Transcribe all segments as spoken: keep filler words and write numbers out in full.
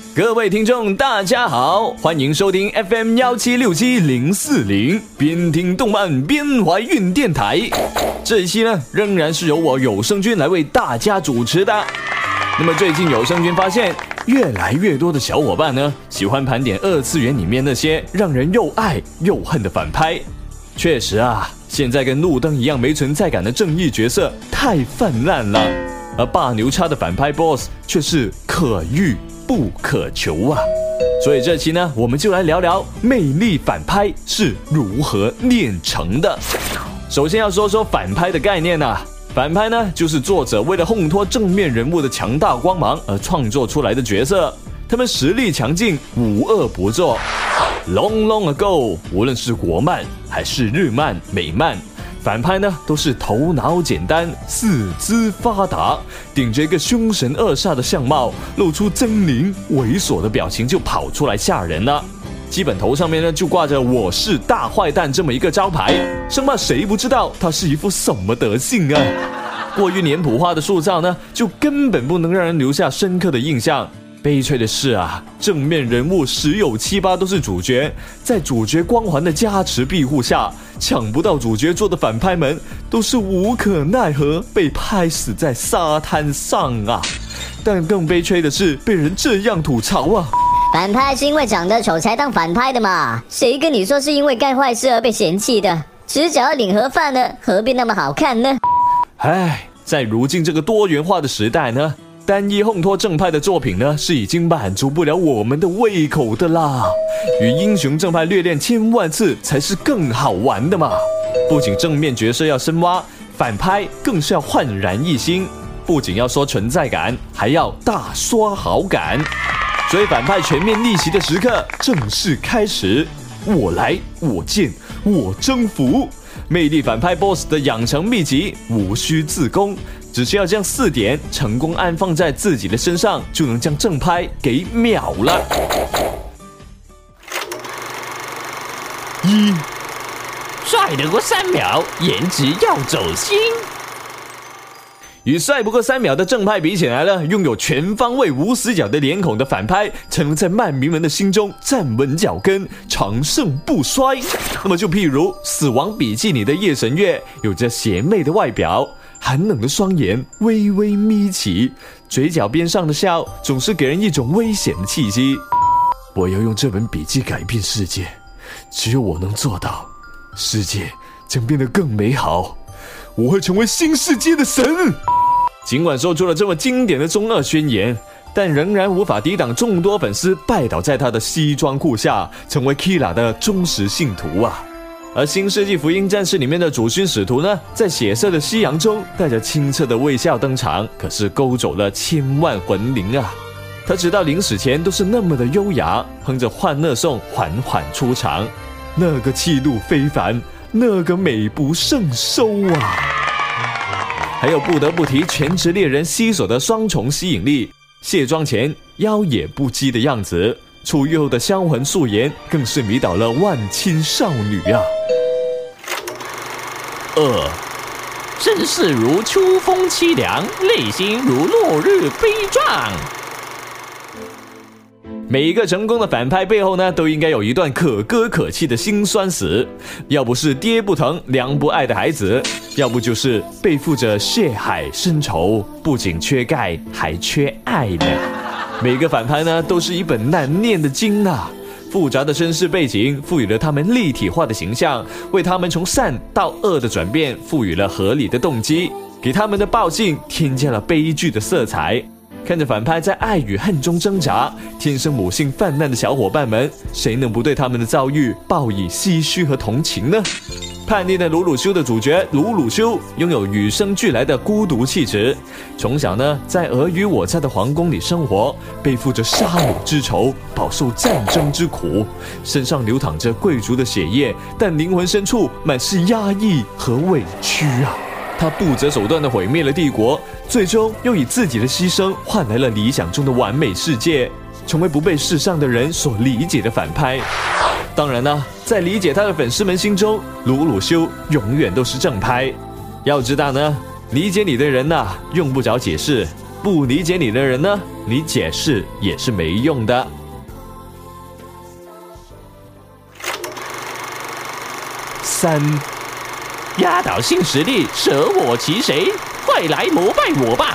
各位听众大家好，欢迎收听 F M 一七六七零四零，边听动漫边怀孕电台。这一期呢，仍然是由我有声君来为大家主持的。那么最近有声君发现，越来越多的小伙伴呢，喜欢盘点二次元里面那些让人又爱又恨的反派。确实啊，现在跟路灯一样没存在感的正义角色太泛滥了，而霸牛叉的反派 boss 却是可遇不可求啊。所以这期呢，我们就来聊聊魅力反派是如何炼成的。首先要说说反派的概念啊，反派呢，就是作者为了烘托正面人物的强大光芒而创作出来的角色，他们实力强劲，无恶不作。Long long ago， 无论是国漫还是日漫、美漫，反派呢都是头脑简单、四肢发达，顶着一个凶神恶煞的相貌，露出狰狞猥琐的表情就跑出来吓人了。基本头上面呢就挂着我是大坏蛋这么一个招牌，生怕谁不知道他是一副什么德性啊。过于脸谱化的塑造呢，就根本不能让人留下深刻的印象。悲催的是啊，正面人物十有七八都是主角，在主角光环的加持庇护下，抢不到主角做的反派们都是无可奈何，被拍死在沙滩上啊。但更悲催的是，被人这样吐槽啊， 反派是因为长得丑才当反派的嘛？谁跟你说是因为干坏事而被嫌弃的？只脚要领盒饭呢，何必那么好看呢？ 唉，在如今这个多元化的时代呢，单一烘托正派的作品呢，是已经满足不了我们的胃口的啦。与英雄正派略练千万次才是更好玩的嘛。不仅正面角色要深挖，反派更是要焕然一新。不仅要说存在感，还要大刷好感。所以反派全面逆袭的时刻正式开始。我来，我见，我征服。魅力反派 boss 的养成秘籍无需自宫，只需要将四点成功安放在自己的身上，就能将正派给秒了。 一，帅得过三秒，颜值要走心。 与帅不过三秒的正派比起来呢，拥有全方位无死角的脸孔的反派，才能在漫迷们的心中站稳脚跟，长盛不衰。那么就譬如《死亡笔记》里的夜神月，有着邪魅的外表，寒冷的双眼微微眯起，嘴角边上的笑总是给人一种危险的气息。我要用这本笔记改变世界，只有我能做到，世界将变得更美好，我会成为新世界的神。尽管说出了这么经典的中二宣言，但仍然无法抵挡众多粉丝拜倒在他的西装裤下，成为 Kira 的忠实信徒啊。而新世纪福音战士里面的主勋使徒呢，在血色的夕阳中带着清澈的微笑登场，可是勾走了千万魂灵啊。他直到临死前都是那么的优雅，哼着欢乐颂缓缓出场，那个气度非凡，那个美不胜收啊。还有不得不提全职猎人西索的双重吸引力，卸妆前妖冶不羁的样子，出狱后的销魂素颜更是迷倒了万千少女啊。 二，身世如秋风凄凉，内心如落日悲壮。 每一个成功的反派背后呢，都应该有一段可歌可泣的辛酸史，要不是爹不疼娘不爱的孩子，要不就是背负着血海深仇，不仅缺钙还缺爱呢。每个反派呢，都是一本难念的经啊。复杂的身世背景赋予了他们立体化的形象，为他们从善到恶的转变赋予了合理的动机，给他们的暴性添加了悲剧的色彩。看着反派在爱与恨中挣扎，天生母性泛滥的小伙伴们，谁能不对他们的遭遇报以唏嘘和同情呢？叛逆的鲁鲁修的主角鲁鲁修拥有与生俱来的孤独气质，从小呢在尔虞我诈的皇宫里生活，背负着杀戮之仇，饱受战争之苦，身上流淌着贵族的血液，但灵魂深处满是压抑和委屈啊。他不择手段地毁灭了帝国，最终又以自己的牺牲换来了理想中的完美世界，成为不被世上的人所理解的反派。当然呢，在理解他的粉丝们心中，鲁鲁修永远都是正派。要知道呢，理解你的人呐、啊，用不着解释；不理解你的人呢， 你解释也是没用的。三， 压倒性实力，舍我其谁，快来膜拜我吧！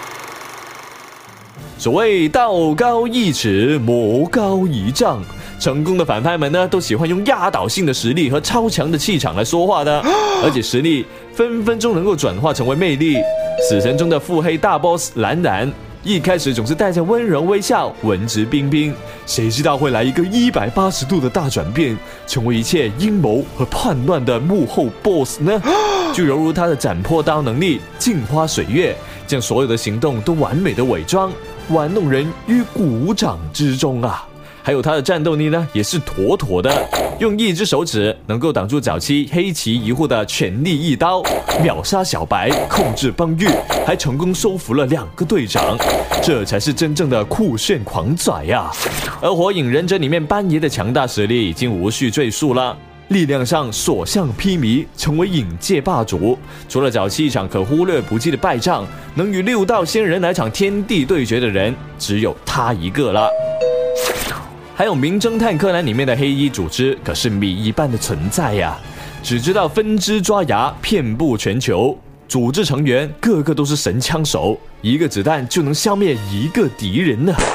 所谓道高一尺，魔高一丈，成功的反派们呢，都喜欢用压倒性的实力和超强的气场来说话的，而且实力分分钟能够转化成为魅力。死神中的腹黑大 boss 蓝蓝，一开始总是带着温柔微笑，文质彬彬，谁知道会来一个一百八十度的大转变，成为一切阴谋和叛乱的幕后 boss 呢？就犹如他的斩破刀能力，镜花水月，将所有的行动都完美的伪装，玩弄人于股掌之中啊！还有他的战斗力呢，也是妥妥的，用一只手指能够挡住早期黑崎一护的全力一刀，秒杀小白，控制邦玉，还成功收服了两个队长，这才是真正的酷炫狂拽呀！而火影忍者里面班爷的强大实力已经无需赘述了。力量上所向披靡，成为影界霸主。除了早期一场可忽略不计的败仗，能与六道仙人来场天地对决的人，只有他一个了。还有名侦探柯南里面的黑衣组织，可是谜一般的存在呀！只知道分支抓牙，遍布全球。组织成员个个都是神枪手，一个子弹就能消灭一个敌人呢。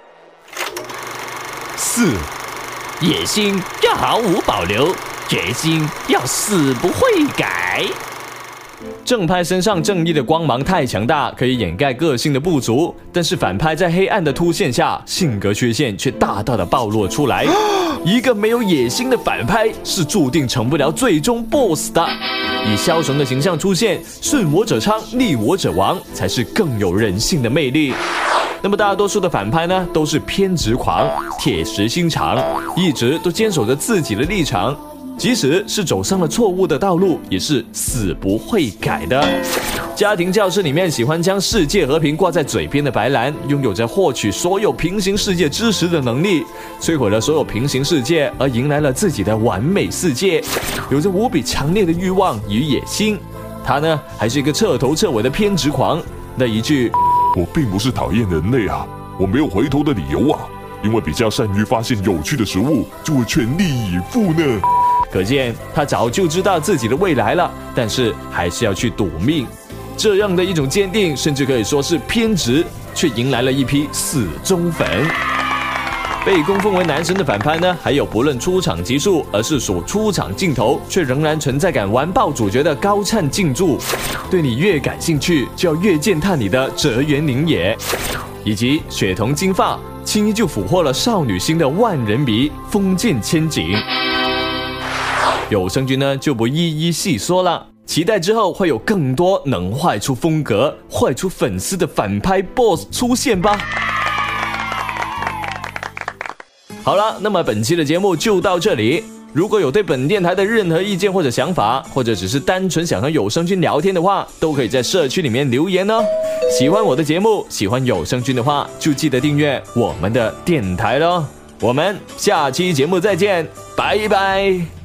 四， 野心要毫无保留，决心要死不悔改。 正派身上正义的光芒太强大，可以掩盖个性的不足，但是反派在黑暗的凸现下，性格缺陷却大大的暴露出来。一个没有野心的反派是注定成不了最终 boss 的。以枭雄的形象出现，顺我者昌，逆我者亡，才是更有人性的魅力。那么大多数的反派呢，都是偏执狂、铁石心肠，一直都坚守着自己的立场，即使是走上了错误的道路，也是死不会改的。家庭教师里面喜欢将世界和平挂在嘴边的白兰，拥有着获取所有平行世界知识的能力，摧毁了所有平行世界，而迎来了自己的完美世界，有着无比强烈的欲望与野心。他呢，还是一个彻头彻尾的偏执狂。那一句我并不是讨厌人类啊，我没有回头的理由啊，因为比较善于发现有趣的食物，就会全力以赴呢。 可见他早就知道自己的未来了，但是还是要去赌命。这样的一种坚定，甚至可以说是偏执，却迎来了一批死忠粉。被供奉为男神的反派呢，还有不论出场集数，而是属出场镜头却仍然存在感完爆主角的高灿静助。对你越感兴趣，就要越践踏你的泽原绫也，以及血瞳金发，轻易就俘获了少女心的万人迷封建千景。有声君呢就不一一细说了，期待之后会有更多能坏出风格、坏出粉丝的反派 boss 出现吧。好了，那么本期的节目就到这里。如果有对本电台的任何意见或者想法，或者只是单纯想和有声君聊天的话，都可以在社区里面留言哦。喜欢我的节目，喜欢有声君的话，就记得订阅我们的电台咯。我们下期节目再见，拜拜。